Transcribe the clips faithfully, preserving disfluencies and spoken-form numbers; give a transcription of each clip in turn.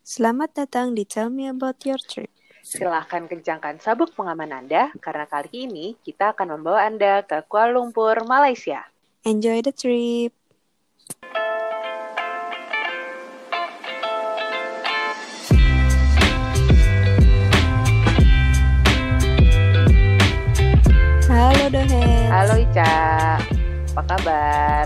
Selamat datang di Tell Me About Your Trip. Silahkan kencangkan sabuk pengaman Anda, karena kali ini kita akan membawa Anda ke Kuala Lumpur, Malaysia. Enjoy the trip. Halo Dohet. Halo Ica, apa kabar?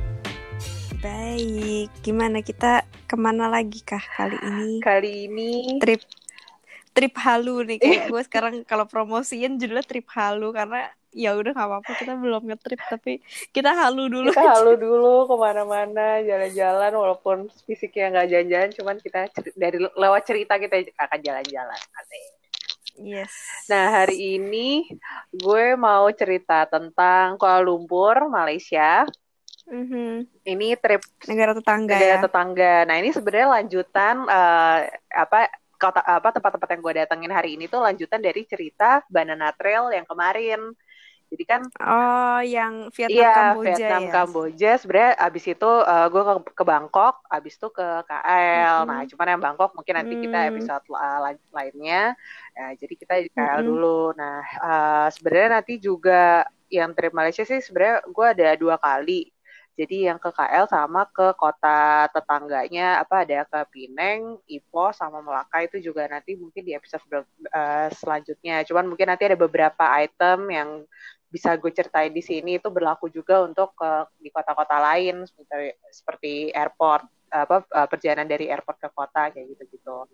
Baik, gimana kita kemana lagi kah kali ini? Kali ini Trip trip halu nih, kayak gue sekarang kalau promosiin judulnya trip halu, karena ya udah nggak apa-apa, kita belum nge-trip tapi kita halu dulu. kita halu dulu kemana-mana, jalan-jalan, walaupun fisiknya nggak jalan-jalan, cuman kita cer- dari lewat cerita kita akan jalan-jalan. Aneh. Yes. Nah, hari ini gue mau cerita tentang Kuala Lumpur, Malaysia. Mm-hmm. Ini trip negara tetangga negara ya. tetangga. Nah, ini sebenarnya lanjutan uh, apa kota apa tempat-tempat yang gue datengin hari ini tuh lanjutan dari cerita Banana Trail yang kemarin. Jadi kan oh yang Vietnam iya, Kamboja Vietnam ya. Kamboja sebenarnya abis itu uh, gue ke, ke Bangkok, abis itu ke K L. Mm-hmm. Nah, cuman yang Bangkok mungkin nanti mm. kita episode uh, lainnya. Ya, jadi kita di K L mm-hmm. dulu. Nah, uh, sebenarnya nanti juga yang trip Malaysia sih sebenarnya gue ada dua kali. Jadi yang ke K L sama ke kota tetangganya, apa ada ke Penang, Ipoh, sama Melaka, itu juga nanti mungkin di episode uh, selanjutnya. Cuman mungkin nanti ada beberapa item yang bisa gue ceritain di sini itu berlaku juga untuk uh, di kota-kota lain seperti, seperti airport, apa uh, perjalanan dari airport ke kota kayak gitu-gitu.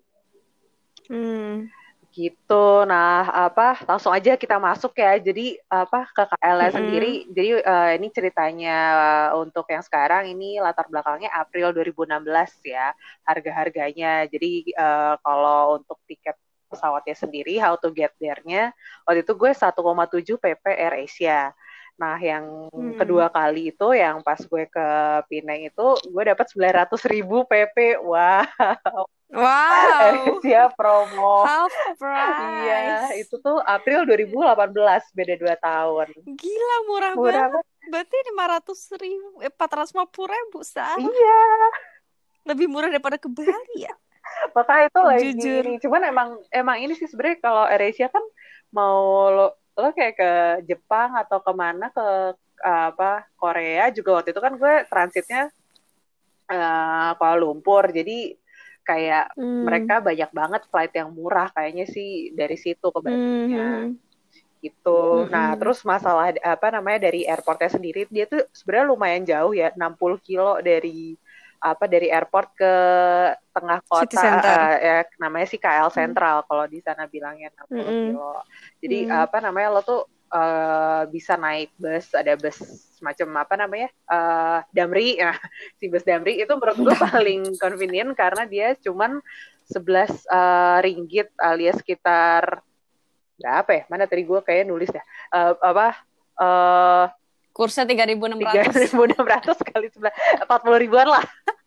Hmm. Gitu. Nah, apa langsung aja kita masuk ya. Jadi apa ke K L mm-hmm. sendiri. Jadi uh, ini ceritanya uh, untuk yang sekarang ini latar belakangnya April dua ribu enam belas ya. Harga-harganya. Jadi uh, kalau untuk tiket pesawatnya sendiri, how to get there-nya, waktu itu gue satu koma tujuh P P AirAsia. Nah, yang hmm. kedua kali itu, yang pas gue ke Penang itu, gue dapat sembilan ratus ribu P P. Wow. Wow. Siap promo. Half price. Iya, itu tuh April dua ribu delapan belas, beda dua tahun. Gila, murah, murah banget. Berarti lima ratus ribu, eh, empat ratus lima puluh ribu sah. Iya. Lebih murah daripada ke Bali ya. Makanya itu lagi Jujur. ini. Cuman emang emang ini sih sebenarnya kalau AirAsia kan mau lo, lo kayak ke Jepang atau kemana ke uh, apa Korea juga, waktu itu kan gue transitnya uh, Kuala Lumpur, jadi kayak hmm. mereka banyak banget flight yang murah kayaknya sih dari situ ke Batunya. Hmm. Gitu. Hmm. Nah, terus masalah apa namanya dari airportnya sendiri, dia tuh sebenarnya lumayan jauh ya, enam puluh kilo dari apa dari airport ke tengah kota, uh, ya namanya sih K L Central, hmm. kalau di sana bilangnya enam puluh hmm. kilo. Jadi hmm. apa namanya lo tuh uh, bisa naik bus, ada bus semacam apa namanya uh, Damri, nah si bus Damri itu menurut gue paling convenient karena dia cuman sebelas uh, ringgit alias sekitar berapa ya? Mana tadi gue kayak nulis ya uh, apa uh, kursnya tiga ribu enam ratus. tiga ribu enam ratus kali sebelas, empat puluh ribuan lah.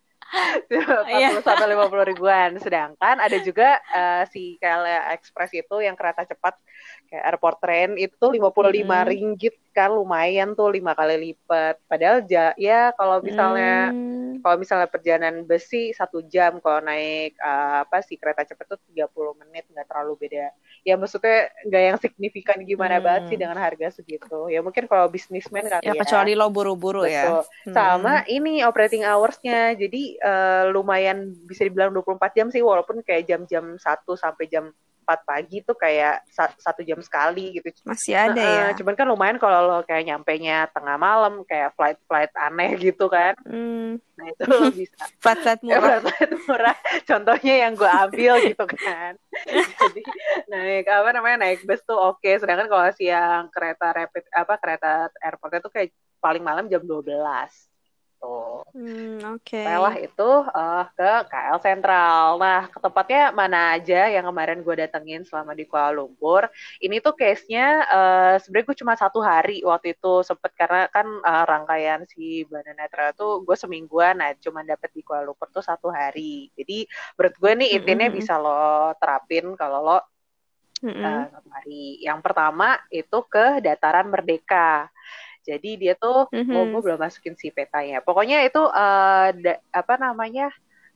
empat puluh sampai lima puluh ribuan. Sedangkan ada juga uh, si K L Express itu yang kereta cepat kayak airport train itu lima puluh lima mm-hmm. ringgit kan, lumayan tuh lima kali lipat. Padahal ja, ya kalau misalnya mm. kalau misalnya perjalanan besi satu jam, kalau naik uh, apa sih kereta cepat tuh tiga puluh menit, nggak terlalu beda. Ya maksudnya nggak yang signifikan gimana hmm. banget sih dengan harga segitu. Ya mungkin kalau bisnismen kali ya. Ya kecuali lo buru-buru ya. Hmm. Sama ini operating hours-nya. Jadi uh, lumayan bisa dibilang dua puluh empat jam sih, walaupun kayak jam-jam satu sampai jam empat pagi tuh kayak satu jam sekali gitu. Masih ada nah, ya. Cuman kan lumayan kalau lo kayak nyampenya tengah malam, kayak flight-flight aneh gitu kan. Hmm. Nah itu lo bisa. Flight-flight murah. Flight murah. Contohnya yang gue ambil gitu kan. Jadi naik apa namanya naik bus tuh oke. Okay. Sedangkan kalau siang kereta rapid apa kereta airportnya tuh kayak paling malam jam dua belas. Tuh. Hmm, oke. Okay. Setelah itu uh, ke K L Central. Nah, ke tempatnya mana aja yang kemarin gue datengin selama di Kuala Lumpur. Ini tuh case-nya uh, sebenarnya gue cuma satu hari waktu itu sempet, karena kan uh, rangkaian si Banana Trail tuh gue semingguan, nah cuma dapet di Kuala Lumpur tuh satu hari. Jadi menurut gue nih intinya mm-hmm. bisa lo terapin kalau lo mm-hmm. uh, satu hari. Yang pertama itu ke Dataran Merdeka. Jadi dia tuh, mm-hmm. oh gue belum masukin si petanya. Pokoknya itu uh, da, apa namanya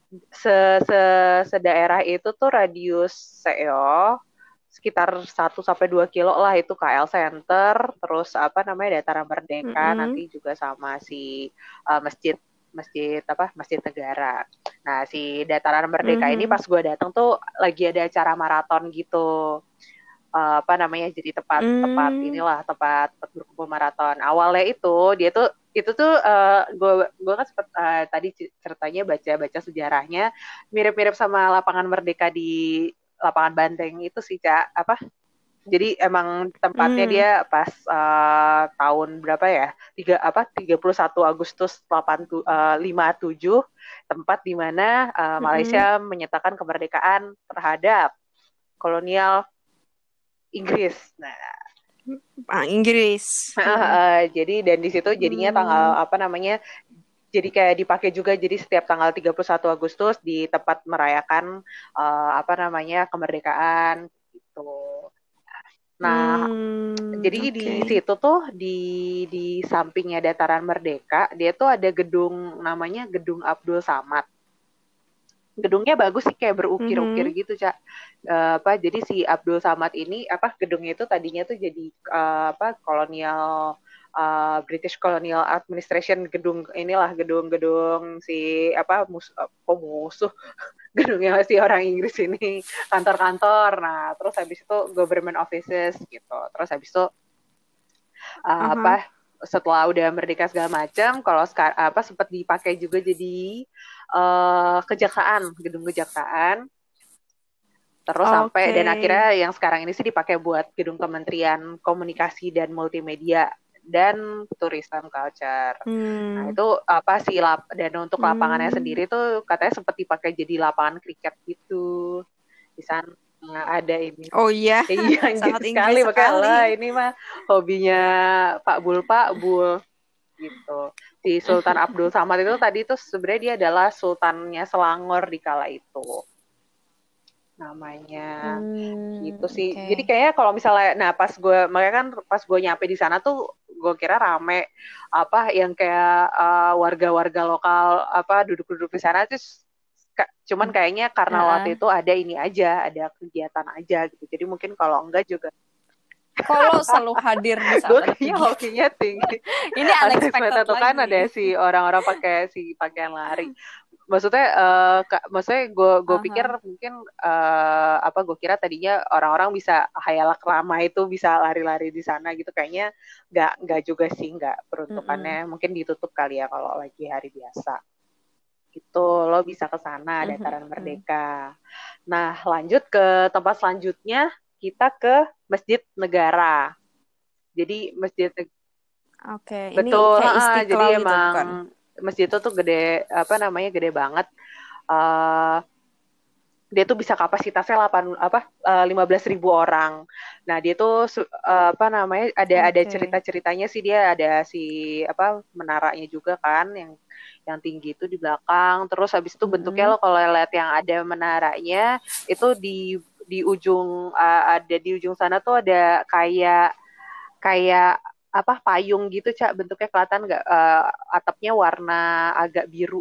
se se sedaerah itu tuh radius Seo sekitar satu sampai dua kilo lah itu K L Center, terus apa namanya Dataran Merdeka, Mm-mm. nanti juga sama si uh, masjid masjid apa Masjid Negara. Nah, si Dataran Merdeka ini Mhm. pas gue datang tuh lagi ada acara maraton gitu. Uh, apa namanya jadi tempat tempat Mm. inilah tempat, tempat berkumpul maraton. Awalnya itu dia tuh itu tuh uh, gue gue kan sempet uh, tadi ceritanya baca baca sejarahnya mirip-mirip sama lapangan Merdeka di lapangan Banteng itu sih Cak apa jadi emang tempatnya Mm. dia pas uh, tahun berapa ya tiga apa tiga puluh satu Agustus delapan lima tujuh tempat di mana uh, Mm-mm. Malaysia menyatakan kemerdekaan terhadap kolonial Inggris. Nah, Ah, Inggris. uh, Mm. uh, jadi dan di situ jadinya Mm. tanggal apa namanya jadi kayak dipakai juga jadi setiap tanggal tiga puluh satu Agustus di tempat merayakan uh, apa namanya kemerdekaan gitu. Nah, Mm. jadi di Oke. situ tuh di di sampingnya Dataran Merdeka, dia tuh ada gedung namanya Gedung Abdul Samad. Gedungnya bagus sih kayak berukir-ukir Mhm. gitu, Cak. Eh, apa jadi si Abdul Samad ini apa gedungnya itu tadinya tuh jadi eh, apa kolonial eh, British Colonial Administration gedung inilah gedung-gedung si apa mus oh, musuh gedungnya si orang Inggris ini kantor-kantor. Nah, terus habis itu government offices gitu. Terus habis itu uh, Aha. apa setelah udah merdeka segala macam kalau sekarang apa sempat dipakai juga jadi uh, kejaksaan gedung kejaksaan terus sampai Oke. dan akhirnya yang sekarang ini sih dipakai buat gedung Kementerian Komunikasi dan Multimedia dan Tourism Culture. Nah Hmm. itu apa sih lap dan untuk lapangannya Hmm. sendiri tuh katanya sempat dipakai jadi lapangan kriket gitu di sana. Nah, ada ini. Oh iya, Iya, Inggris sangat sekali Inggris makanya lah sekali. ini mah hobinya Pak Bul Pak Bul gitu. Si Sultan Abdul Samad itu tadi itu sebenarnya dia adalah sultannya Selangor di kala itu namanya Hmm. gitu sih. Jadi Oke. kayaknya kalau misalnya nah pas gue makanya kan pas gue nyampe di sana tuh gue kira rame apa yang kayak uh, warga-warga lokal apa duduk-duduk di sana terus cuman kayaknya karena waktu Heeh. itu ada ini aja, ada kegiatan aja gitu. Jadi mungkin kalau enggak juga Kalau selalu hadir di saat gue ada kayaknya kegiatan. hokinya tinggi. Ini Unexpected unexpected tuh kan ada lagi. si orang-orang pakai si pakaian lari. Maksudnya, uh, maksudnya gue gue pikir Aha. mungkin uh, apa gue kira tadinya orang-orang bisa hayalak lama itu bisa lari-lari di sana gitu kayaknya nggak nggak juga sih nggak Mm-mm. peruntukannya mungkin ditutup kali ya kalau lagi hari biasa gitu lo bisa ke sana Mhm. Dataran Merdeka. Nah lanjut ke tempat selanjutnya kita ke Masjid Negara. Jadi masjid Oke, ini betul, kayak ha, Istiqlal jadi gitu emang bukan? masjid itu tuh gede apa namanya gede banget. Uh, dia tuh bisa kapasitasnya delapan apa uh, lima belas ribu orang. Nah, dia tuh uh, apa namanya ada ada Oke. cerita-ceritanya sih dia ada si apa menaranya juga kan yang yang tinggi itu di belakang. Terus habis itu bentuknya Mm-mm. lo kalau lihat yang ada menaranya itu di di ujung uh, ada di ujung sana tuh ada kayak kayak apa payung gitu cak bentuknya kelihatan nggak uh, atapnya warna agak biru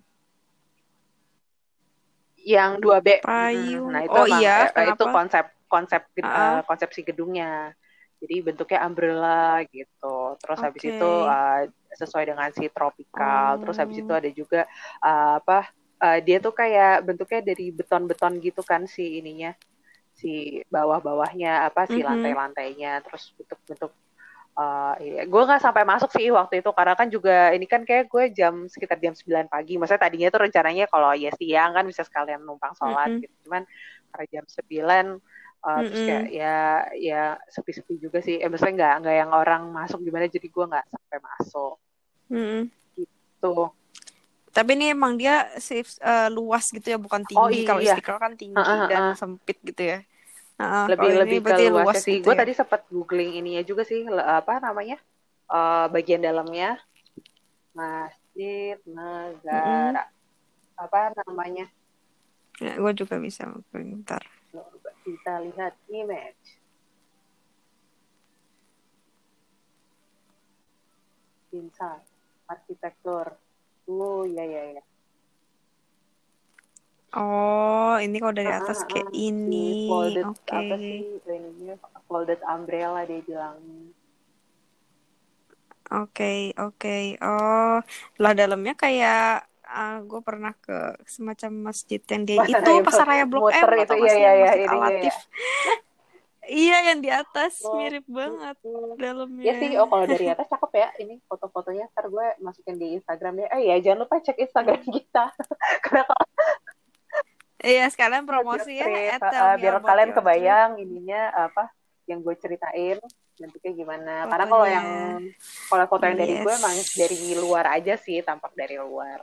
yang dua B. Mm-mm. Payung. Nah itu Oh emang iya, eh, itu kenapa? konsep konsep uh, Ah, konsepsi gedungnya. Jadi bentuknya umbrella gitu. Terus habis oke. itu uh, sesuai dengan si tropical. Terus habis itu Oh. ada juga uh, apa uh, dia tuh kayak bentuknya dari beton-beton gitu kan si ininya si bawah-bawahnya apa si Mhm. lantai-lantainya terus bentuk-bentuk Uh, iya. Gue nggak sampai masuk sih waktu itu karena kan juga ini kan kayak gue jam sekitar jam sembilan pagi. Maksudnya tadinya tuh rencananya kalau ya siang kan bisa sekalian numpang sholat Mm-mm. gitu. Cuman karena jam sembilan uh, terus kayak Mm-mm. ya ya sepi-sepi juga sih. Eh maksudnya nggak nggak yang orang masuk gimana jadi gue nggak sampai masuk Mm-mm. gitu. Tapi ini emang dia safe, eh, luas gitu ya, bukan Oh tinggi. Kalau iya, Istiqlal kan tinggi heeh, dan heeh. sempit gitu ya. Heeh, Lebih kalau ini lebih ke berarti luas luasnya sih. gitu Gue ya. tadi sempat googling ininya juga sih le- apa namanya uh, bagian dalamnya Masjid Mm-mm. Negara apa namanya Ya, gue juga bisa bentar. kita lihat image inside arsitektur oh ya ya ya Oh, ini kalau dari Uh, atas uh, kayak uh, si ini. folded Oke. apa sih ininya, folded umbrella dia bilang. Oke, oke. Oh, lah dalamnya kayak gue pernah ke semacam masjid yang dia Pasar itu raya Pasar Raya Blok M muter itu, atau iya masih iya yang iya Masjid Al ininya ya. Latif. Iya, yang di atas Oh, mirip banget mm-mm. Ya dalamnya. sih, oh kalau dari atas cakep ya ini foto-fotonya, ntar gue masukin di Instagram ya. Eh ya jangan lupa cek Instagram Hmm. kita karena kalau Iya, sekalian buat promosi your ya, trip, at tell uh, me biar about kalian your trip kebayang ininya apa yang gue ceritain bentuknya gimana. Karena kalau fotonya. yang kalau foto yang dari gue emang dari Yes. luar aja sih, tampak dari luar.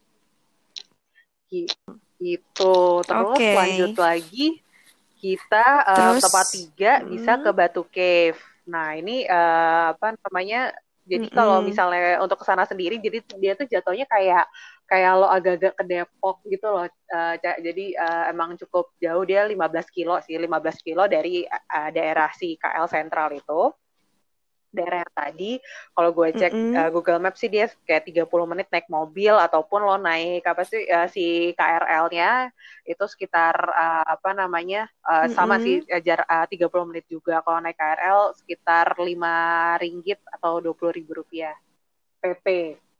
Gitu. Terus Oke. lanjut lagi, kita uh, Terus tempat tiga bisa ke mm, Batu Cave. Nah ini uh, apa namanya? Jadi kalau mm-mm, misalnya untuk ke sana sendiri, jadi dia tuh jatuhnya kayak kayak lo agak-agak ke Depok gitu loh. Uh, jadi uh, emang cukup jauh, dia lima belas kilo sih, lima belas kilo dari uh, daerah si K L Sentral itu. Daerah yang tadi, kalau gue cek mm-mm, uh, Google Maps sih dia kayak tiga puluh menit naik mobil, ataupun lo naik apa sih uh, si K R L-nya itu sekitar uh, apa namanya uh, sama sih mm-mm, jar uh, tiga puluh menit juga. Kalau naik K R L sekitar lima ringgit atau dua puluh ribu rupiah P P.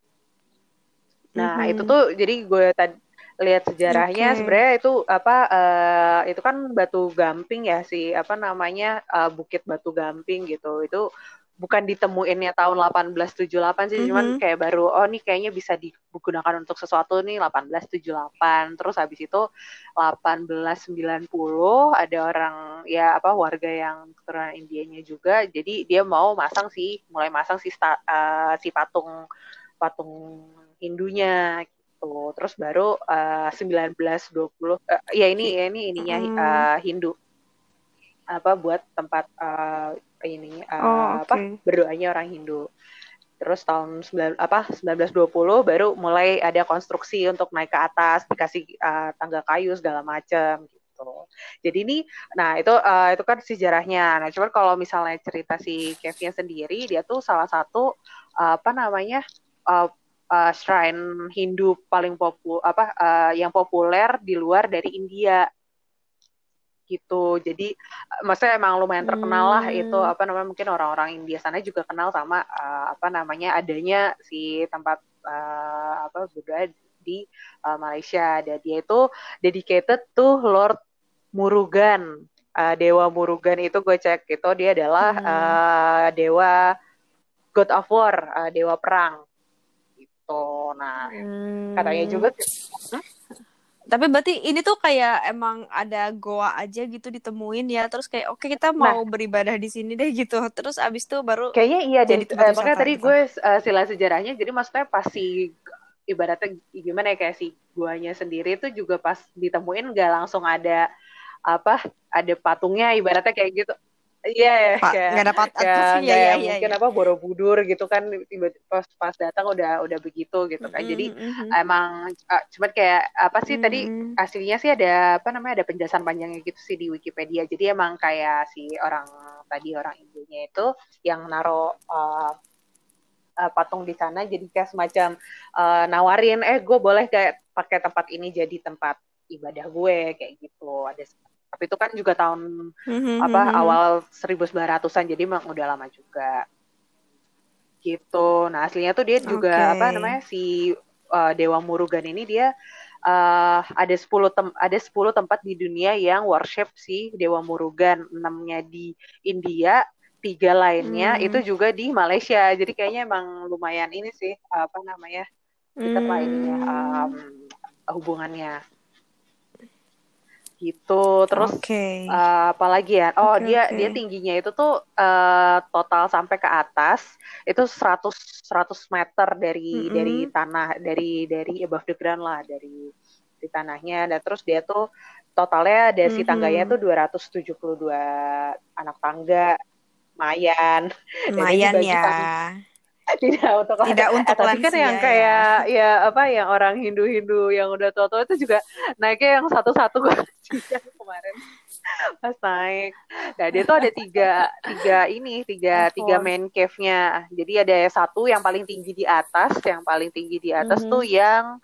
Nah, itu mhm. tuh jadi gue tadi lihat sejarahnya Oke. sebenarnya itu apa uh, itu kan Batu Gamping ya, si apa namanya uh, Bukit Batu Gamping gitu. Itu bukan ditemuinnya tahun delapan belas tujuh puluh delapan sih, cuman Mhm, kayak baru oh nih kayaknya bisa digunakan untuk sesuatu nih delapan belas tujuh puluh delapan. Terus habis itu delapan belas sembilan puluh ada orang ya apa warga yang keturunan Indianya juga. Jadi dia mau masang sih, mulai masang si sta, uh, si patung patung Hindunya gitu. Terus baru uh, seribu sembilan ratus dua puluh uh, ya ini hi ya ini ininya mhm. uh, Hindu apa buat tempat uh, ini Oh, uh, apa oke. berdoanya orang Hindu. Terus tahun sembilan apa seribu sembilan ratus dua puluh baru mulai ada konstruksi untuk naik ke atas, dikasih uh, tangga kayu segala macam gitu. Jadi ini nah itu uh, itu kan sejarahnya. Nah, cuman kalau misalnya cerita si cave-nya sendiri, dia tuh salah satu uh, apa namanya uh, uh, shrine Hindu paling populer apa uh, yang populer di luar dari India gitu. Jadi maksudnya emang lumayan terkenal lah itu Mmm, apa namanya mungkin orang-orang India sana juga kenal sama uh, apa namanya adanya si tempat uh, apa Buddha di uh, Malaysia. Dan dia itu dedicated to Lord Murugan. Uh, Dewa Murugan itu gue cek itu dia adalah mmm, uh, dewa God of War, uh, dewa perang gitu. Nah, katanya mmm. juga hmm? Tapi berarti ini tuh kayak emang ada goa aja gitu ditemuin ya, terus kayak, "Oke, kita Nah, mau beribadah di sini deh," gitu. Terus abis itu baru kayaknya iya deh, jadi tempat eh, makanya wisata tadi gitu? gue uh, sila sejarahnya, jadi maksudnya pas si ibaratnya gimana ya kayak si guanya sendiri itu juga pas ditemuin nggak langsung ada apa ada patungnya ibaratnya kayak gitu. Iya ya Pak, kayak nggak dapat kayak atas ya nggak ya yang ya mungkin ya. apa Borobudur gitu kan tiba pas pas datang udah udah begitu gitu kan. Jadi Mhm, mhm, emang uh, cuman kayak apa sih tadi mmm, aslinya sih ada apa namanya ada penjelasan panjangnya gitu sih di Wikipedia. Jadi emang kayak si orang tadi orang Indonya itu yang naro uh, uh, patung di sana jadi kayak semacam uh, nawarin eh gue boleh kayak pakai tempat ini jadi tempat ibadah gue kayak gitu ada tapi itu kan juga tahun mhm, apa mhm, mhm. awal seribu sembilan ratusan jadi emang udah lama juga gitu. Nah aslinya tuh dia juga Oke. apa namanya si uh, Dewa Murugan ini dia uh, ada sepuluh tem ada sepuluh tempat di dunia yang worship si Dewa Murugan, enamnya di India, tiga lainnya itu Mmm, juga di Malaysia. Jadi kayaknya emang lumayan ini sih apa namanya dekat lah ininya um, mmm, hubungannya gitu. Terus oke. uh, apalagi ya? Oh, Oke, dia oke. dia tingginya itu tuh uh, total sampai ke atas itu seratus seratus meter dari dari Mhm, tanah dari dari above the ground lah dari di tanahnya. Dan terus dia tuh totalnya ada si tangganya tuh mhm. dua ratus tujuh puluh dua anak tangga, lumayan. Dan dia Lumayan dibagi ya. sama tidak untuk Tidak eh untuk tapi kan yang lansia ya. kayak ya apa yang orang Hindu-Hindu yang udah tua-tua itu juga naiknya yang satu-satu gue kemarin pas naik. Nah dia tuh ada tiga tiga ini tiga tiga Effort. main cave-nya. Jadi ada satu yang paling tinggi di atas, yang paling tinggi di atas tuh Mhm. yang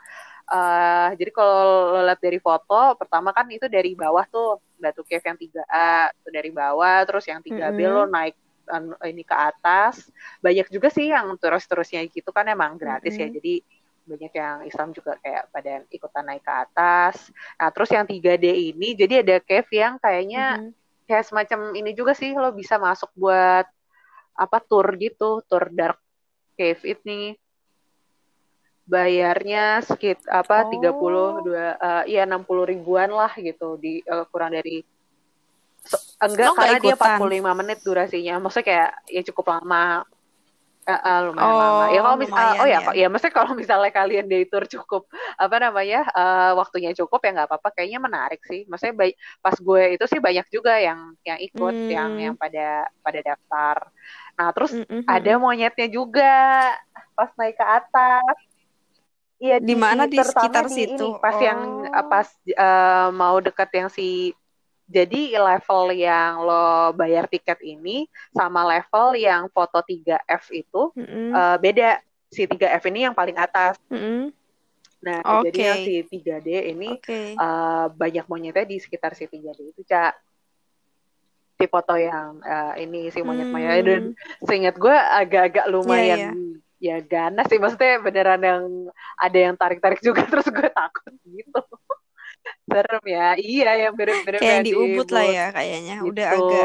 Uh, jadi kalau lo lihat dari foto, pertama kan itu dari bawah tuh Batu Cave yang tiga A, itu dari bawah, terus yang tiga B Mm-mm. lo naik an- ini ke atas. Banyak juga sih yang terus-terusnya gitu kan emang gratis ya. Mm-mm. Jadi banyak yang Islam juga kayak pada ikutan naik ke atas. Nah, terus yang tiga D ini jadi ada cave yang kayaknya Mhm. kayak semacam ini juga sih, lo bisa masuk buat apa tour gitu, tour dark cave ini. Bayarnya sekit apa tiga puluh Oh, dua uh, ya enam puluh ribuan lah gitu di uh, kurang dari so- lo enggak nggak karena dia empat ikutan? puluh lima menit durasinya. Maksudnya kayak ya cukup lama. Uh, uh, lumayan lama. Ya Oh, kalau mis uh, oh lumayan ya ya. kok ya maksudnya kalau misalnya kalian day tour cukup apa namanya uh, waktunya cukup ya nggak apa-apa. Kayaknya menarik sih. Maksudnya baik, pas gue itu sih banyak juga yang yang ikut, yang yang Hmm. pada pada daftar. Nah terus ada Mm-mm. monyetnya juga pas naik ke atas. Iya Di di mana di terutama sekitar di ini situ? pas yang uh, Oh. pas uh, mau dekat yang si jadi level yang lo bayar tiket ini sama level yang foto tiga F itu Mm-mm. uh, beda. Si tiga F ini yang paling atas. Mm-mm. Nah, jadi yang si Oke, tiga D ini oke. uh, banyak monyetnya di sekitar si tiga D itu, Cak. Si foto yang uh, ini si monyet-monyet dan Hmm. seingat gue agak-agak Iya, lumayan iya. ya ganas sih, maksudnya beneran yang ada yang tarik-tarik juga terus gue takut gitu. Serem ya. Iya, yang mirip-mirip Kayak yang yang di di Ubud lah Bud ya kayaknya. Udah gitu. agak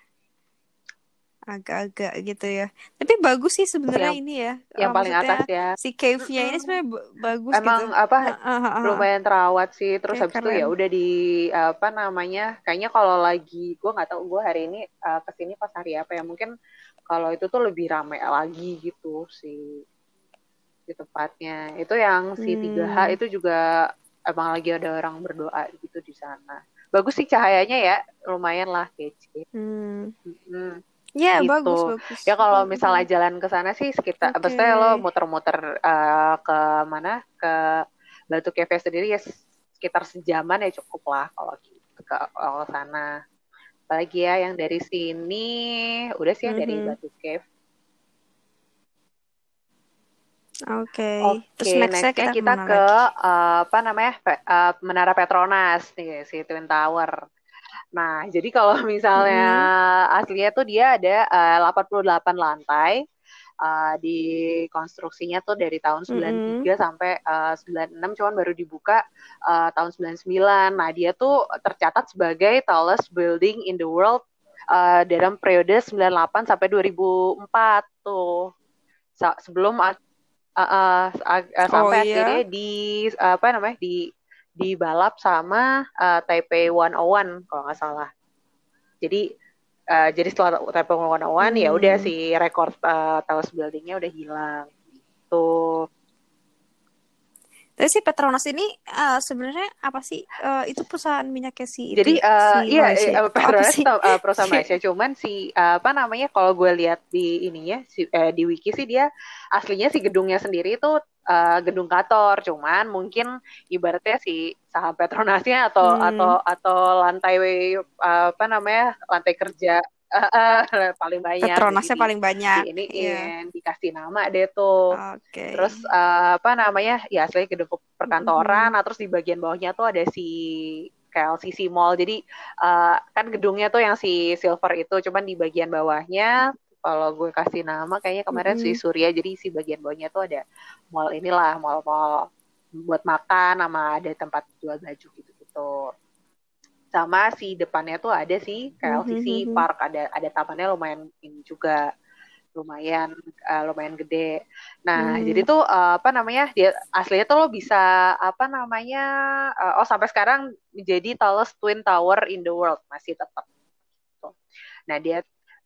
agak-agak gitu ya. Tapi bagus sih sebenarnya Yang ini ya. yang Eh, paling maksudnya atas ya. si cave-nya ini Mm-mm. sebenarnya ba- bagus gitu. Emang apa Ha, ha, ha, ha. lumayan terawat sih. Terus Kayak habis itu keren. ya udah di apa namanya? Kayaknya kalau lagi gue nggak tahu gue hari ini uh, kesini pas hari apa ya. Mungkin kalau itu tuh lebih ramai lagi gitu sih di tempatnya. Itu yang si tiga H Hmm. itu juga emang lagi ada orang berdoa gitu di sana. Bagus sih cahayanya ya, lumayan lah kece. Hmm. Mm-mm. Ya, Gitu. bagus, Ya bagus. kalau misalnya Mhm. jalan ke sana sih sekitar, Oke. maksudnya lo muter-muter uh, ke mana? Ke Batu Cafe sendiri ya sekitar sejaman ya cukup lah kalau gitu, ke kalau sana. Apalagi ya yang dari sini, udah sih yang dari Mhm. Batu Cave. Oke. Terus Oke, nextnya nextnya kita kita kemana ke lagi? uh, apa namanya Pe- uh, Menara Petronas nih si Twin Tower. Nah, jadi kalau misalnya Mhm. aslinya tuh dia ada uh, delapan puluh delapan lantai. Uh, di konstruksinya tuh dari tahun sembilan puluh Mhm. tiga sampai uh, sembilan puluh enam, cuman baru dibuka uh, tahun sembilan puluh sembilan. Nah, dia tuh tercatat sebagai tallest building in the world uh, dalam periode sembilan puluh delapan sampai dua ribu empat tuh. Sa- sebelum uh, uh, uh, Oh sampai akhirnya iya. di uh, apa namanya di dibalap sama uh, Taipei seratus satu kalau nggak salah. Jadi uh, jadi setelah Taipei seratus satu ya udah Hmm. si rekor uh, Tallest Building-nya udah hilang. Tuh. Tapi si Petronas ini eh, sebenarnya apa sih? Eh, itu perusahaan minyaknya si itu Jadi ya, uh, si iya Malaysia uh, atau apa Petronas sih? uh, perusahaan Kayak, Malaysia, cuman si uh, apa namanya kalau gue lihat di ininya si, eh, di wiki sih dia aslinya si gedungnya sendiri itu uh, gedung kantor, cuman mungkin ibaratnya si saham Petronasnya atau hmm, atau atau lantai uh, apa namanya lantai kerja uh, uh, paling banyak jadi Petronasnya di paling di banyak. Iya. iniin dikasih nama deh tuh. Oke. Terus uh, apa namanya ya aslinya gedung perkantoran, Mhm. nah terus di bagian bawahnya tuh ada si K L C C Mall. Jadi uh, kan gedungnya tuh yang si silver itu, cuman di bagian bawahnya kalau gue kasih nama kayaknya kemarin si Mhm. Surya. Jadi si bagian bawahnya tuh ada mall inilah, mall-mall buat makan sama ada tempat jual baju gitu-gitu. Sama si depannya tuh ada si K L C C Mhm. Park, ada ada tamannya lumayan ini juga lumayan uh, lumayan gede. Nah, jadi Hmm. tuh uh, apa namanya? Dia aslinya tuh lo bisa apa namanya? Uh, oh sampai sekarang menjadi tallest twin tower in the world masih tetap. Tuh. Nah, dia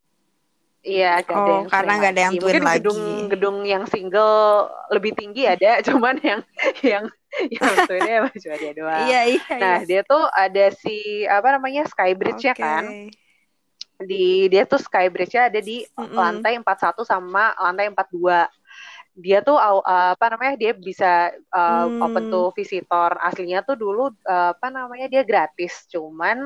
iya gak ada Oh, yang karena twin nggak ada lagi. yang twin Mungkin lagi. gedung-gedung yang single lebih tinggi ada, cuman yang yang yang twinnya cuma dia doang. Iya, iya, Nah, iya. dia tuh ada si apa namanya? Skybridge-nya Oke. kan di dia tuh Skybridge-nya ada di Mm-mm. lantai empat puluh satu sama lantai empat puluh dua. Dia tuh uh, apa namanya dia bisa uh, open Hmm. to visitor. Aslinya tuh dulu uh, apa namanya dia gratis, cuman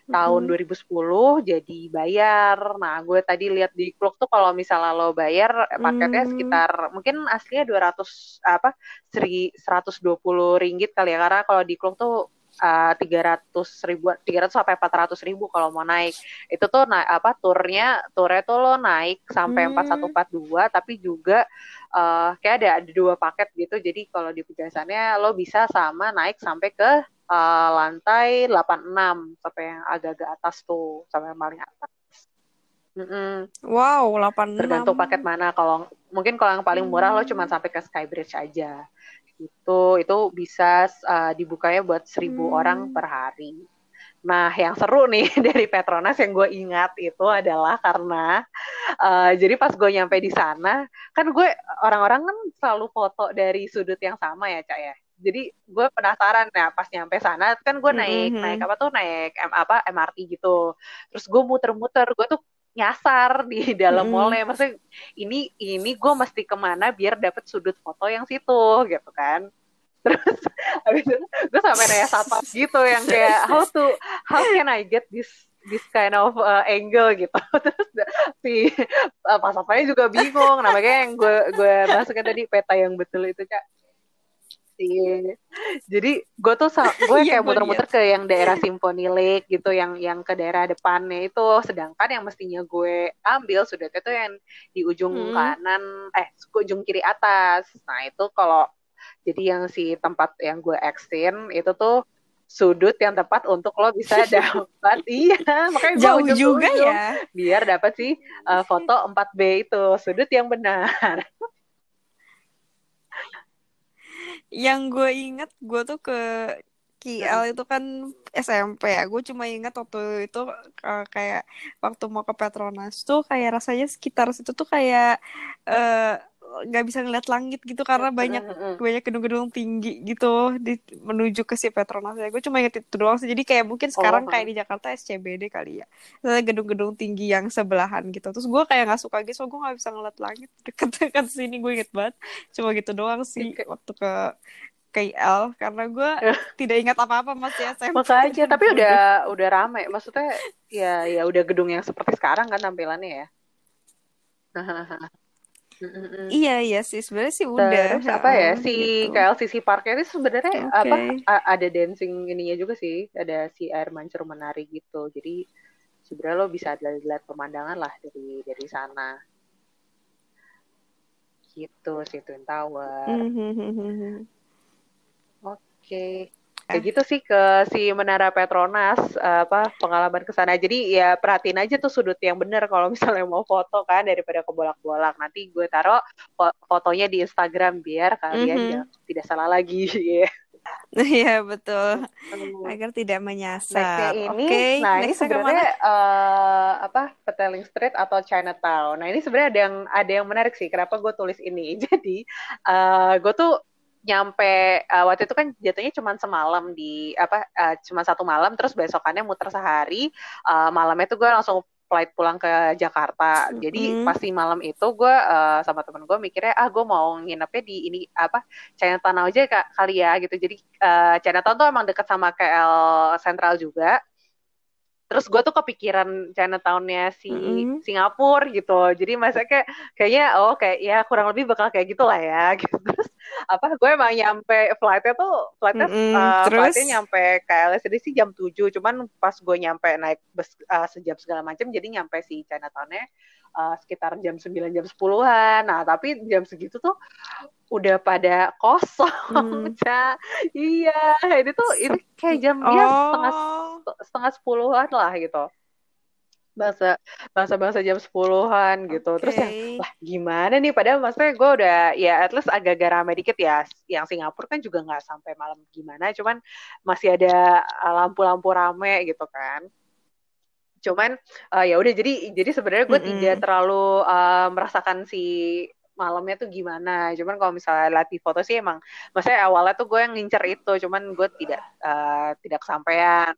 tahun Mm-mm. dua ribu sepuluh jadi bayar. Nah, gue tadi lihat di Klook tuh kalau misalnya lo bayar eh, paketnya Hmm. sekitar mungkin aslinya dua ratus apa seri, seratus dua puluh ringgit kali ya. Karena kalau di Klook tuh uh, tiga ratus ribu, tiga ratus sampai empat ratus ribu kalau mau naik. Itu tuh naik apa turnya, turnya tuh lo naik sampai empat satu Hmm. empat dua tapi juga uh, kayak ada, ada dua paket gitu. Jadi kalau di penjelasannya lo bisa sama naik sampai ke uh, lantai delapan puluh enam sampai yang agak-agak atas tuh, sampai yang paling atas. Mm-mm. Wow, delapan puluh enam. Tergantung paket mana. Kalau mungkin kalau yang paling murah lo cuma Hmm. sampai ke Skybridge aja. Itu itu bisa uh, dibukanya buat seribu orang Hmm. per hari. Nah, yang seru nih dari Petronas yang gue ingat itu adalah karena uh, jadi pas gue nyampe di sana, kan gue orang-orang kan selalu foto dari sudut yang sama ya, Cak ya. Jadi gue penasaran ya pas nyampe sana kan gue naik naik Mm-mm. apa tuh naik M, apa M R T gitu. Terus gue muter-muter, gue tuh nyasar di dalam Mm-mm. mallnya. Maksudnya ini ini gue mesti kemana biar dapet sudut foto yang situ gitu kan. Terus habis itu gue sampai nanya satpam gitu yang kayak how to how can I get this this kind of uh, angle gitu. Terus si uh, pas apanya juga bingung. Nah makanya yang gue gue masukin tadi peta yang betul itu Kak. Si, jadi gue tuh gue Iya, kayak gue lihat. muter-muter ke yang daerah Symphony Lake gitu, yang yang ke daerah depannya itu, sedangkan yang mestinya gue ambil sudah itu yang di ujung Mm. kanan, eh ujung kiri atas. Nah itu kalau jadi yang si tempat yang gue exin itu tuh sudut yang tepat untuk lo bisa dapat iya makanya gue Jauh ujung ke juga ujung ya. biar dapat si uh, foto empat B itu sudut yang benar. Yang gue inget, gue tuh ke K L itu kan S M P ya. Gue cuma ingat waktu itu uh, kayak waktu mau ke Petronas tuh kayak rasanya sekitar situ tuh kayak eh, nggak bisa ngeliat langit gitu karena banyak banyak gedung-gedung tinggi gitu di menuju ke si Petronas ya. Gue cuma inget itu doang sih. Jadi kayak mungkin sekarang kayak Oh, di Jakarta S C B D kali ya. Ada gedung-gedung tinggi yang sebelahan gitu. Terus gue kayak nggak suka gitu, so gue nggak bisa ngeliat langit deket-deket sini. Gue inget banget. Cuma gitu doang sih waktu ke K L karena gue tidak ingat apa-apa masih S M P makanya dan tapi udah bodoh. udah rame maksudnya ya ya udah gedung yang seperti sekarang kan tampilannya ya. Mm-mm. Iya iya sih sebenarnya sih udah Terus apa heeh, ya si gitu. K L C C Parknya itu sebenarnya Oke. apa a- ada dancing ininya juga sih, ada si air mancur menari gitu. Jadi sebenarnya lo bisa lihat pemandangan lah dari dari sana gitu si Twin Tower. Mhm. Oke. Kayak Ah, gitu sih ke si Menara Petronas eh, apa pengalaman ke sana. Jadi ya perhatiin aja tuh sudut yang bener kalau misalnya mau foto kan daripada kebolak-bolak. Nanti gue taruh fo- fotonya di Instagram biar kalian mhm. jangan tidak salah lagi. Iya betul Hmm. agar tidak Nextnya menyasar. ini, Oke, nah ini nextnya sebenarnya kemana? eh, apa Petaling Street atau Chinatown. Nah ini sebenarnya ada yang ada yang menarik sih. Kenapa gue tulis ini? Jadi eh, gue tuh nyampe eh, waktu itu kan jatuhnya cuma semalam di apa eh, cuma satu malam terus besokannya muter sehari. Eh, malamnya tuh gue langsung flight pulang ke Jakarta. Jadi Mm. pasti malam itu gue eh, sama temen gue mikirnya ah gue mau nginepnya di ini apa Chinatown aja kali ya gitu. Jadi uh, Chinatown tuh emang deket sama K L Central juga. Terus gue tuh kepikiran Chinatown-nya si Mm-mm. Singapura gitu. Jadi masa kayak kayaknya oh kayak ya kurang lebih bakal kayak gitulah ya gitu. Terus apa gue emang nyampe flightnya tuh flightnya Mm-mm. uh, flightnya Terus nyampe K L S D sih jam tujuh. Cuman pas gue nyampe naik bus uh, sejam segala macam jadi nyampe si Chinatown-nya uh, sekitar jam sembilan jam sepuluhan. Nah, tapi jam segitu tuh udah pada kosong, mm. Ca. Iya, ini tuh ini kayak jam ya setengah Oh, setengah sepuluhan lah gitu. Bahasa bahasa bahasa jam sepuluhan gitu. Terus oke. yang lah gimana nih padahal maksudnya gue udah ya at least agak-agak ramai dikit ya. Yang Singapura kan juga nggak sampai malam gimana, cuman masih ada uh, lampu-lampu rame gitu kan. Cuman uh, ya udah jadi jadi sebenarnya gue tidak Mm-mm. terlalu uh, merasakan si malamnya tuh gimana. Cuman kalau misalnya lihat di foto sih emang maksudnya awalnya tuh gue yang ngincer itu, cuman gue tidak uh, tidak kesampaian.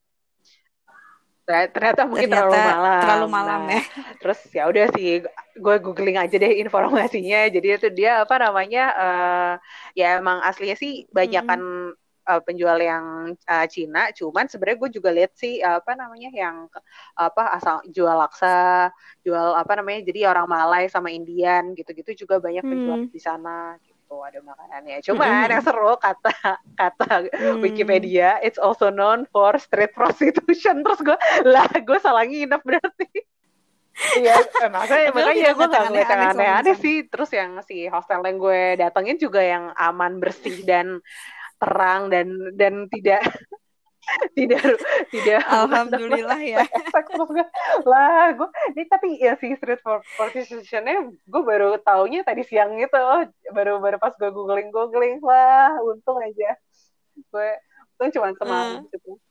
Ternyata mungkin Ternyata terlalu terlalu malam. malam Nah, ya. terus ya udah sih gue googling aja deh informasinya. Jadi itu dia apa namanya uh, ya emang aslinya sih Mm-mm. banyakan uh, penjual yang uh, Cina, cuman sebenarnya gue juga lihat sih uh, apa namanya yang apa asal jual laksa, jual apa namanya jadi orang Malay sama Indian gitu-gitu juga banyak penjual Hmm. di sana gitu, ada makanannya. Hmm. Cuman yang seru kata kata Hmm. Wikipedia, it's also known for street prostitution. Terus gue lah gue salah nginep berarti. Iya, eh, makanya, Tapi lo makanya tidak gue gak ngeliat yang ngeliat yang aneh-aneh selama di aneh-aneh sana? sih. Terus yang si hostel yang gue datengin juga yang aman, bersih dan terang dan dan tidak tidak tidak bukan Alhamdulillah ya. efek. Terus gue lah gue ini tapi ya si street prostitutionnya gue baru taunya tadi siang gitu. Oh, baru baru pas gue googling googling lah untung aja gue untung cuma semalam Hmm. gitu.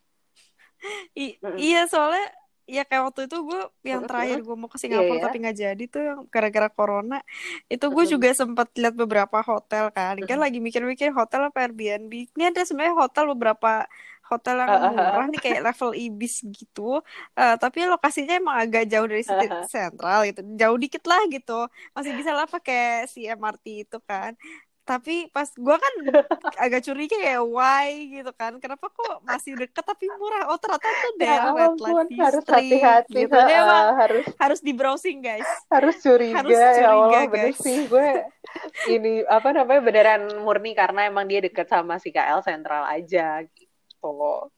I- Mm-mm. iya soalnya ya kayak waktu itu gue yang terakhir Mm-mm. gue mau ke Iya Singapura ya. tapi nggak jadi tuh yang gara-gara corona itu gue Mm-mm. juga sempat lihat beberapa hotel kan kan Mm-mm. lagi mikir-mikir hotel apa Airbnb ini ada sebenarnya hotel beberapa hotel yang Ah, ah, murah ah, nih kayak level Ibis gitu. Eh, tapi lokasinya emang agak jauh dari ah, city ah. sentral gitu jauh dikit lah gitu masih bisa lah pakai si M R T itu kan tapi pas gue kan agak curiga ya why gitu kan kenapa kok masih deket tapi murah oh ternyata tuh Ya daerah Red Light ampun, harus District hati-hati, gitu ini heeh, emang harus harus di browsing guys harus curiga. harus Ya curiga Allah, bener guys. sih gue ini apa namanya beneran murni karena emang dia deket sama si K L Sentral aja gitu.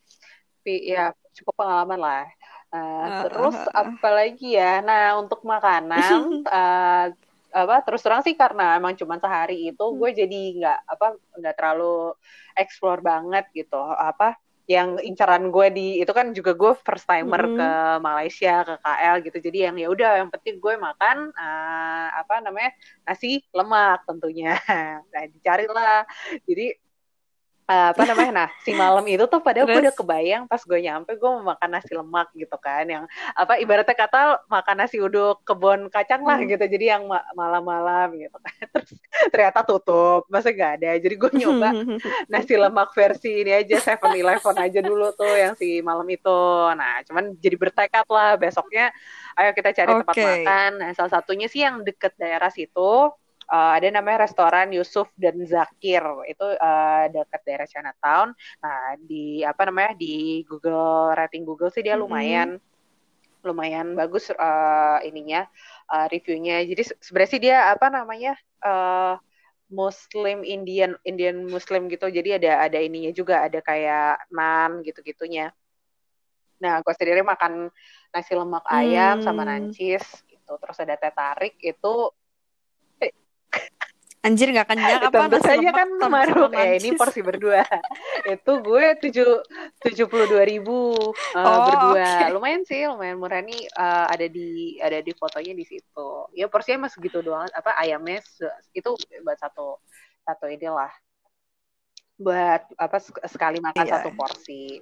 Tapi ya cukup pengalaman lah. Uh, Uh, terus uh, uh. apalagi ya? Nah untuk makanan, uh, apa terus terang sih karena emang cuma sehari itu gue jadi nggak apa nggak terlalu explore banget gitu. Apa yang incaran gue di itu kan juga gue first timer ke Mm-mm. Malaysia ke K L gitu. Jadi yang ya udah yang penting gue makan uh, apa namanya nasi lemak tentunya. Nah dicarilah. Jadi uh, apa namanya nah si malam itu tuh padahal gue udah Terus kebayang pas gue nyampe gue mau makan nasi lemak gitu kan yang apa ibaratnya kata makan nasi uduk kebun kacang lah mm. gitu jadi yang ma- malam-malam gitu kan terus ternyata tutup masa gak ada jadi gue nyoba nasi lemak versi ini aja Seven Eleven aja dulu tuh yang si malam itu nah cuman jadi bertekad lah besoknya ayo kita cari tempat Oke. makan nah salah satunya sih yang deket daerah situ uh, ada namanya restoran Yusuf dan Zakir itu uh, dekat daerah Chinatown. Nah di apa namanya di Google rating Google sih dia Mm-mm. lumayan lumayan bagus uh, ininya uh, reviewnya. Jadi se- sebenarnya sih dia apa namanya uh, Muslim Indian Indian Muslim gitu. Jadi ada ada ininya juga ada kayak naan gitu-gitunya. Nah gue sendiri makan nasi lemak ayam sama Hmm. nancis gitu. Terus ada teh tarik itu Anjir nggak kenyang apa tentu nasi saja lemak kan tam- sama maruk eh ini nancis. porsi berdua itu gue tujuh tujuh puluh dua ribu uh, Oh berdua oke. lumayan sih lumayan murah nih uh, ada di ada di fotonya di situ ya porsinya mas segitu doang apa ayamnya se- itu buat satu satu inilah buat apa sek- sekali makan Iya. satu porsi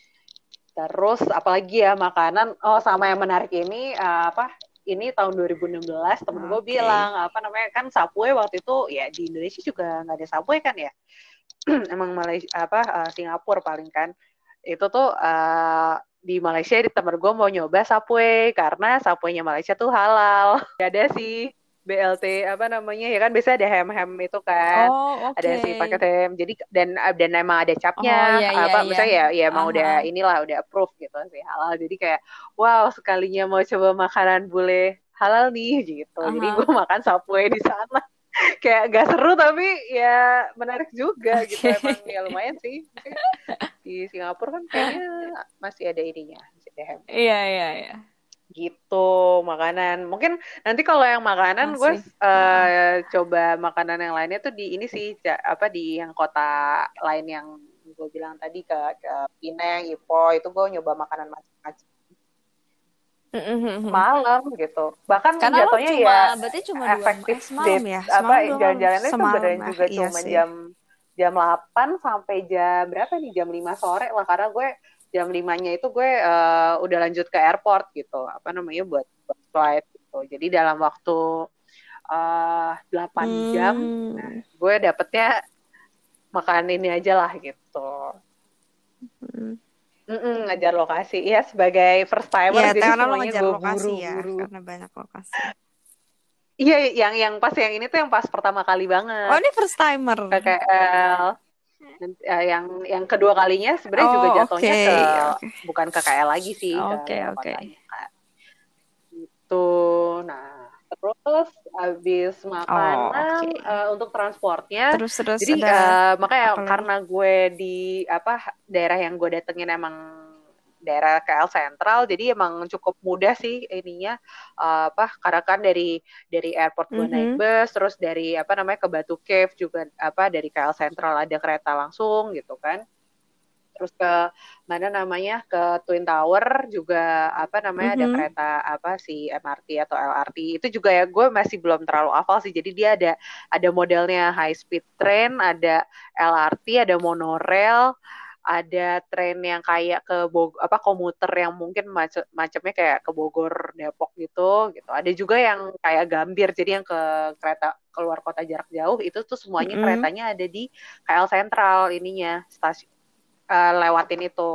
terus apalagi ya makanan oh sama yang menarik ini uh, apa ini tahun dua ribu enam belas temen gue Oke. bilang apa namanya kan Subway waktu itu ya di Indonesia juga nggak ada Subway kan ya emang Malaysia apa uh, Singapura paling kan itu tuh uh, di Malaysia di temen gue mau nyoba Subway karena Subway-nya Malaysia tuh halal gak ada sih B L T apa namanya ya kan biasa ada ham-ham itu kan Oh ada si paket oke. ham jadi dan dan emang ada Oh capnya iya iya apa iya. misalnya ya ya emang Aha. udah inilah udah approve gitu sih halal jadi kayak wow sekalinya mau coba makanan bule halal nih gitu jadi gue Aha. makan Subway di sana kayak gak seru tapi ya menarik juga gitu Oke. emang ya lumayan sih di Singapura kan kayaknya masih ada ininya masih ada ham Iya iya iya. gitu makanan mungkin nanti kalau yang makanan gue Masih. Heeh. uh, coba makanan yang lainnya tuh di ini sih apa di yang kota lain yang gue bilang tadi ke, ke Pineng, Ipoh itu gue nyoba makanan macam-macam Mm-mm. malam gitu bahkan Karena lo jatuhnya cuma ya berarti cuma dua efektif eh semalam date ya apa semalam dua malam jalan-jalannya semalam sebenarnya ya juga iya cuma sih. jam jam delapan sampai jam berapa nih jam lima sore lah karena gue jam limanya itu gue uh, udah lanjut ke airport gitu apa namanya buat, buat flight gitu jadi dalam waktu uh, delapan jam nah, Hmm. gue dapetnya makan ini aja lah gitu. Hmm. Mm-mm, ngajar lokasi ya sebagai first timer Ya, jadi karena lo semuanya ngejar gue lokasi ya, buru-buru. karena banyak lokasi. Iya yang yang pas yang ini tuh yang pas pertama kali Oh, banget ini first timer. ke K L. Nanti, uh, yang yang kedua kalinya sebenarnya juga Oh, oke. jatuhnya ke Oke. bukan ke K L lagi sih, ke Oke, luar oke. kotanya kan. Gitu. Nah, terus habis Oh, makanan oke. uh, untuk transportnya, Terus terus jadi ada uh, makanya apa lagi? karena gue di apa daerah yang gue datengin emang daerah K L Sentral, jadi emang cukup mudah sih ininya uh, apa karena kan dari dari airport gue naik Mhm. bus, terus dari apa namanya ke Batu Cave juga apa dari K L Sentral ada kereta langsung gitu kan. Terus ke mana namanya ke Twin Tower juga apa namanya ada Mhm. kereta apa si M R T atau L R T itu juga ya gue masih belum terlalu hafal sih, jadi dia ada ada modelnya high speed train, ada L R T, ada monorail, ada tren yang kayak ke Bog apa komuter yang mungkin macet macamnya kayak ke Bogor Depok gitu gitu, ada juga yang kayak Gambir jadi yang ke kereta keluar kota jarak jauh, itu tuh semuanya Mhm. keretanya ada di K L Sentral ininya stasiun uh, lewatin itu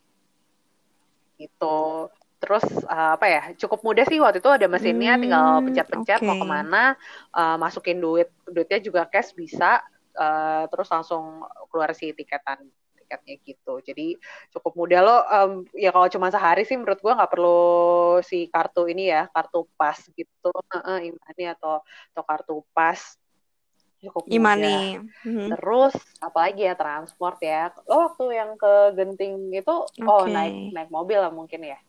gitu. Terus uh, apa ya cukup mudah sih waktu itu ada mesinnya tinggal Hmm, pencet-pencet oke. mau kemana, uh, masukin duit duitnya juga cash bisa, uh, terus langsung keluar si tiketan tiketnya gitu. Jadi cukup mudah lo um, ya kalau cuma sehari sih menurut gua nggak perlu si kartu ini ya kartu pas gitu, uh, uh, Imani atau atau kartu pas cukup mudah. Imani. Mhm. Terus apalagi ya transport ya. Lo waktu yang ke Genting itu oh Oke. naik naik mobil lah mungkin ya.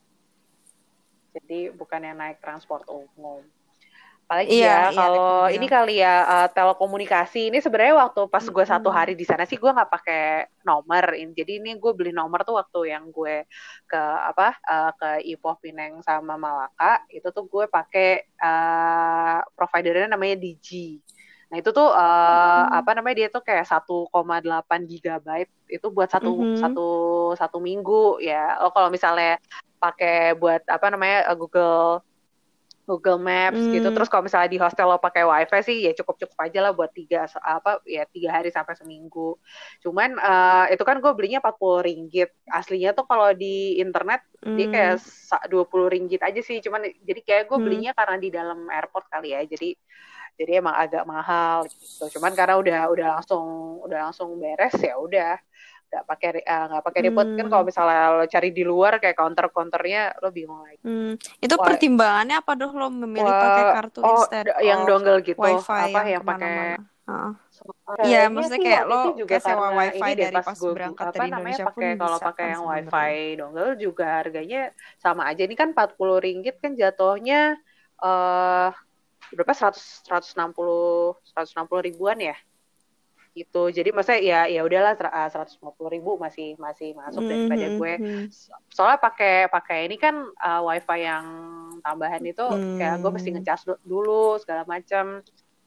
Jadi bukan yang naik transport umum. Apalagi Iya, ya iya naik kalau mobil. ini kali ya uh, telekomunikasi ini sebenarnya waktu pas gue satu Mm-mm. hari di sana sih gue nggak pakai nomor. Jadi ini gue beli nomor tuh waktu yang gue ke apa uh, ke Ipoh Pineng sama Malaka itu tuh gue pakai uh, providernya namanya Digi. Nah itu tuh uh, Mm. apa namanya dia tuh kayak satu koma delapan gigabyte itu buat satu Mhm. satu satu minggu ya. Oh kalau misalnya pakai buat apa namanya uh, Google Google Maps gitu. Mm. Terus kalau misalnya di hostel lo pakai WiFi sih ya cukup-cukup aja lah buat tiga apa ya tiga hari sampai seminggu. Cuman uh, itu kan gue belinya empat puluh ringgit. Aslinya tuh kalau di internet dia kayak Mm. dua puluh ringgit aja sih. Cuman jadi kayak gue Mm. belinya karena di dalam airport kali ya. Jadi jadi emang agak mahal gitu. Cuman karena udah udah langsung udah langsung beres ya udah nggak pakai uh, nggak pakai ribet kan kalau Mm. misalnya lo cari di luar kayak counter-counternya lo bingung lagi. Mm. Itu Wah, pertimbangannya apa dong lo memilih pakai wah, kartu oh instead yang of dongle gitu, wifi apa yang yang pakai kemana-mana? Heeh. Iya, kayaknya maksudnya sih kayak waktu lo itu juga kayak sewa karena wifi ini deh dari pas pas gue berangkat apa dari namanya Indonesia pun pakai kalau bisa pakai kan yang sebenarnya. wifi dongle juga harganya sama aja. Ini kan empat puluh ringgit kan jatuhnya eh berapa seratus seratus enam puluh seratus enam puluh ribuan ya gitu. Jadi maksudnya ya ya udahlah seratus lima puluh ribu masih masih masuk daripada gue Mhm. soalnya pakai pakai ini kan uh, wifi yang tambahan itu kayak gue mesti Hmm. ngecas dulu segala macam,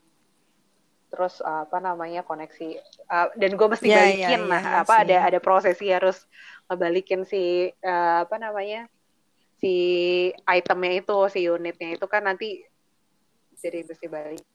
terus uh, apa namanya koneksi uh, dan gue mesti Ya, ya, balikin, ya, nah ya apa sih. ada ada prosesi harus ngebalikin si uh, apa namanya si itemnya itu si unitnya itu kan nanti jadi mesti balik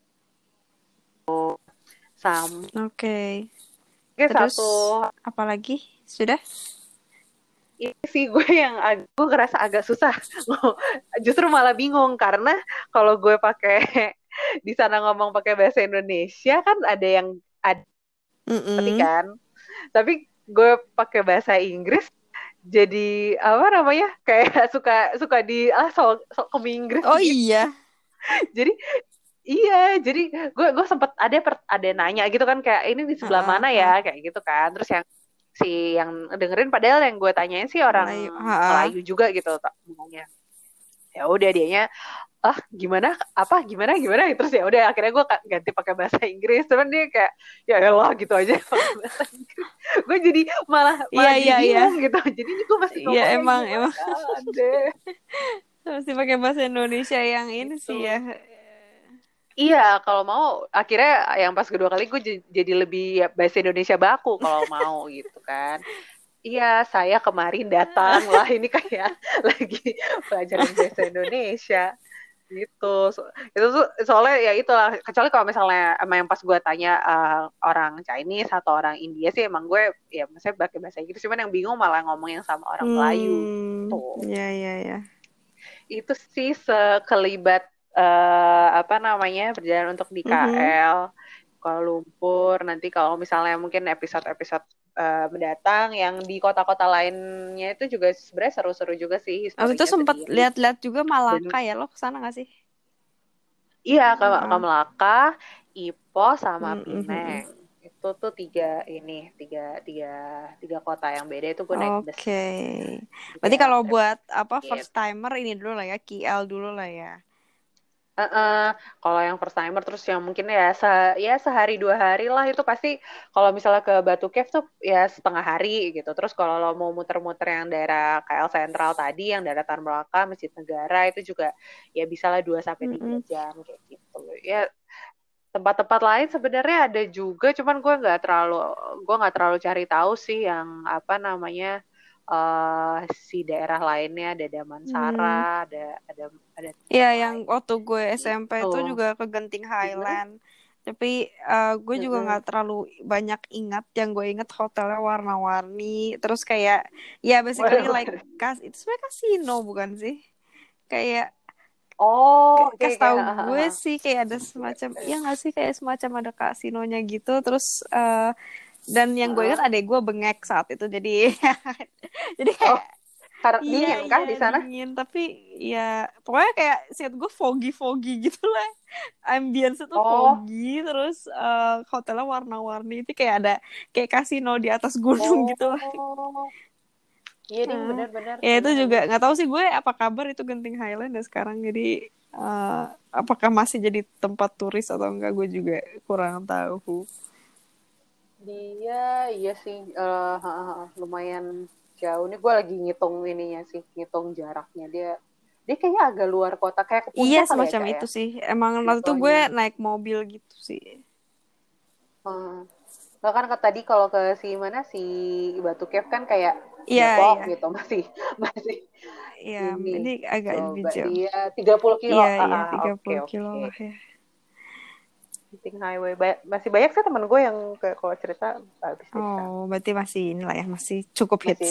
sampai Oke. Terus satu apa lagi? Sudah? ini sih gue yang ag- gue ngerasa agak susah justru malah bingung karena kalau gue pakai di sana ngomong pakai bahasa Indonesia kan ada yang ada Mm-mm. kan, tapi gue pakai bahasa Inggris jadi apa namanya kayak suka suka di ah sok sok ke Inggris Oh gitu. iya. Jadi iya, jadi gue gue sempet ada per- ada nanya gitu kan kayak ini di sebelah Heeh, mana ya heeh. kayak gitu kan. Terus yang si yang dengerin padahal yang gue tanyain sih orang Melayu. Heeh. Melayu juga gitu tak ngomongnya. Ya udah dianya ah gimana apa gimana gimana terus ya udah akhirnya gue ganti pakai bahasa Inggris, cuman dia kayak ya elah gitu aja pakai bahasa Inggris. Gue jadi malah Iya, malah jadi iya, iya. bingung gitu. Jadi ini gue masih Iya, ngomongnya emang emang gimana deh mesti pakai bahasa Indonesia yang ini sih ya. gitu. Iya, kalau mau akhirnya yang pas kedua kali gue jadi lebih ya, bahasa Indonesia baku kalau mau gitu kan. Iya, saya kemarin datang lah ini kayak lagi pelajaran bahasa Indonesia gitu. So, itu tuh soalnya ya itulah kecuali kalau misalnya emang yang pas gue tanya uh, orang Chinese atau orang India sih emang gue ya maksudnya pakai bahasa Inggris, cuman yang bingung malah ngomong yang sama orang Melayu Hmm, tuh. ya, ya, ya. Itu sih sekelibat uh, apa namanya perjalanan untuk di Mhm. K L Kuala Lumpur. Nanti kalau misalnya mungkin episode-episode uh, mendatang. Yang di kota-kota lainnya itu juga sebenarnya seru-seru juga sih Waktu itu historinya sempat sendiri. lihat-lihat juga Dan Malaka ya, lo kesana gak sih? iya, ke, ke Uh, Melaka, Ipoh sama mm, mm, mm, mm. Pineng. Itu tuh tiga ini, tiga tiga tiga kota yang beda itu gue naik bus. Oke. Jadi Berarti kayak kalau trip buat apa first gitu. timer ini dulu lah ya, K L dulu lah ya. Heeh. Kalau yang first timer terus yang mungkin ya se ya sehari dua hari lah itu pasti kalau misalnya ke Batu Cave tuh ya setengah hari gitu. Terus kalau lo mau muter-muter yang daerah K L Sentral tadi yang daerah Tan Melaka, Masjid Negara itu juga ya bisa lah dua sampai tiga Mm-mm. jam kayak gitu. Ya tempat-tempat lain sebenarnya ada juga cuman gue nggak terlalu gue nggak terlalu cari tahu sih yang apa namanya eh si daerah lainnya ada Hmm. Damansara ada ada ada Iya, tempat yang lain waktu gue S M P itu gitu. juga ke Genting Mm-mm, Highland. Tapi eh, gue juga mm-mm. nggak terlalu banyak ingat. Yang gue ingat hotelnya warna-warni. Terus kayak, ya basically like Waduh. kas itu sebenarnya kasino bukan sih? Kayak Oh, K- oke kasih oke. tahu Ha, ha, gue ha. sih kayak ada semacam ya nggak sih kayak semacam ada kasinonya gitu terus eh, dan yang gue ingat Ha. adek gue bengek saat itu jadi jadi Oh, kayak karena iya dingin iya kah di sana? dingin tapi ya pokoknya kayak setiap gue foggy foggy gitu lah ambience tuh Oh, foggy terus eh, hotelnya warna-warni itu kayak ada kayak kasino di atas gunung gitu lah. oh, iya ding Nah, benar-benar ya itu juga benar-benar. nggak tahu sih gue apa kabar itu Genting Highland ya sekarang jadi eh, apakah masih jadi tempat turis atau enggak gue juga kurang tahu. Dia iya sih eh, ha, ha, ha, lumayan jauh nih gue lagi ngitung ininya sih, ngitung jaraknya dia. Dia kayaknya agak luar kota kayak ke Iya puncak kali ya, semacam Cak ya. itu sih emang waktu itu gue Jatuhnya. naik mobil gitu sih. Hmm. Nah kan ke- tadi kalau ke si mana si Batu Cave kan kayak Iya Depok iya gitu masih masih iya ini ini agak lebih coba jauh. dia tiga puluh kilo. Iya Ah, iya ah, tiga oke puluh kilo oke. lah ya. Genting Highway Ba- masih banyak sih teman gue yang ke kalau cerita habis deh Oh sekarang. berarti masih inilah ya masih cukup hits. Masih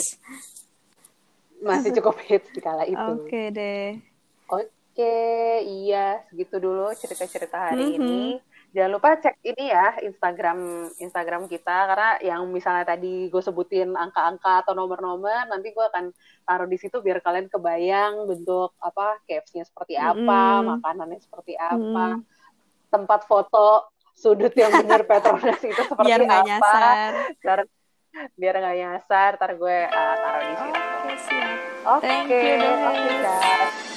masih cukup hits di kala itu. Oke deh. Oke, iya segitu dulu cerita-cerita hari Mhm. ini. Jangan lupa cek ini ya Instagram Instagram kita karena yang misalnya tadi gue sebutin angka-angka atau nomor-nomor nanti gue akan taruh di situ biar kalian kebayang bentuk apa K F C-nya seperti apa, Mhm. makanannya seperti apa, Mhm. tempat foto sudut yang benar Petronas itu Biar seperti nggak apa. nyasar. Ntar, biar nggak nyasar, ntar gue uh, taruh di situ. Oke, siap. Thank Oke, you oke deh. Kak.